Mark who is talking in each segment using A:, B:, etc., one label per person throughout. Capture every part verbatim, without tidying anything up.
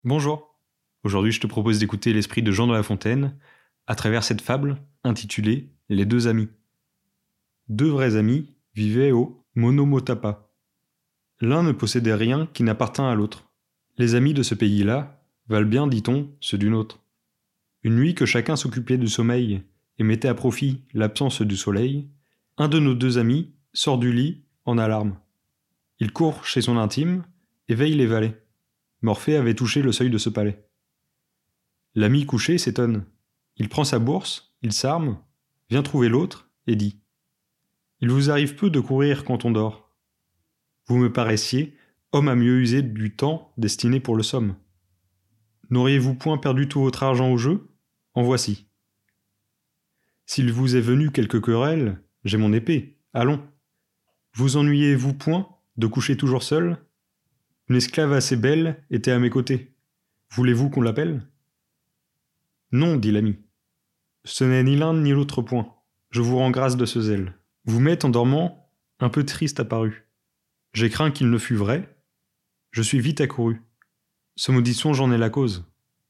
A: Bonjour. Aujourd'hui, je te propose d'écouter l'esprit de Jean de La Fontaine à travers cette fable intitulée Les deux amis. Deux vrais amis vivaient au Monomotapa. L'un ne possédait rien qui n'appartint à l'autre. Les amis de ce pays-là valent bien, dit-on, ceux d'une autre. Une nuit que chacun s'occupait du sommeil et mettait à profit l'absence du soleil, un de nos deux amis sort du lit en alarme. Il court chez son intime, éveille les valets. Morphée avait touché le seuil de ce palais. L'ami couché s'étonne. Il prend sa bourse, il s'arme, vient trouver l'autre et dit « Il vous arrive peu de courir quand on dort. Vous me paraissiez homme à mieux user du temps destiné pour le somme. N'auriez-vous point perdu tout votre argent au jeu ? En voici. S'il vous est venu quelque querelle, j'ai mon épée, allons. Vous ennuyez-vous point de coucher toujours seul ? Une esclave assez belle était à mes côtés. Voulez-vous qu'on l'appelle ? Non, dit l'ami. Ce n'est ni l'un ni l'autre point. Je vous rends grâce de ce zèle. Vous m'êtes, en dormant, un peu triste apparu. J'ai craint qu'il ne fût vrai. Je suis vite accouru. Ce maudit songe en est la cause.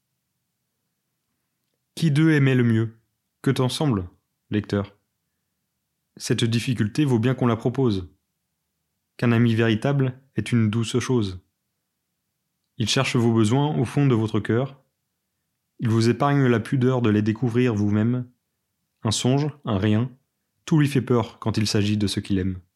A: Qui d'eux aimait le mieux ? Que t'en semble, lecteur ? Cette difficulté vaut bien qu'on la propose. Qu'un ami véritable est une douce chose. Il cherche vos besoins au fond de votre cœur. Il vous épargne la pudeur de les découvrir vous-même. Un songe, un rien, tout lui fait peur quand il s'agit de ce qu'il aime.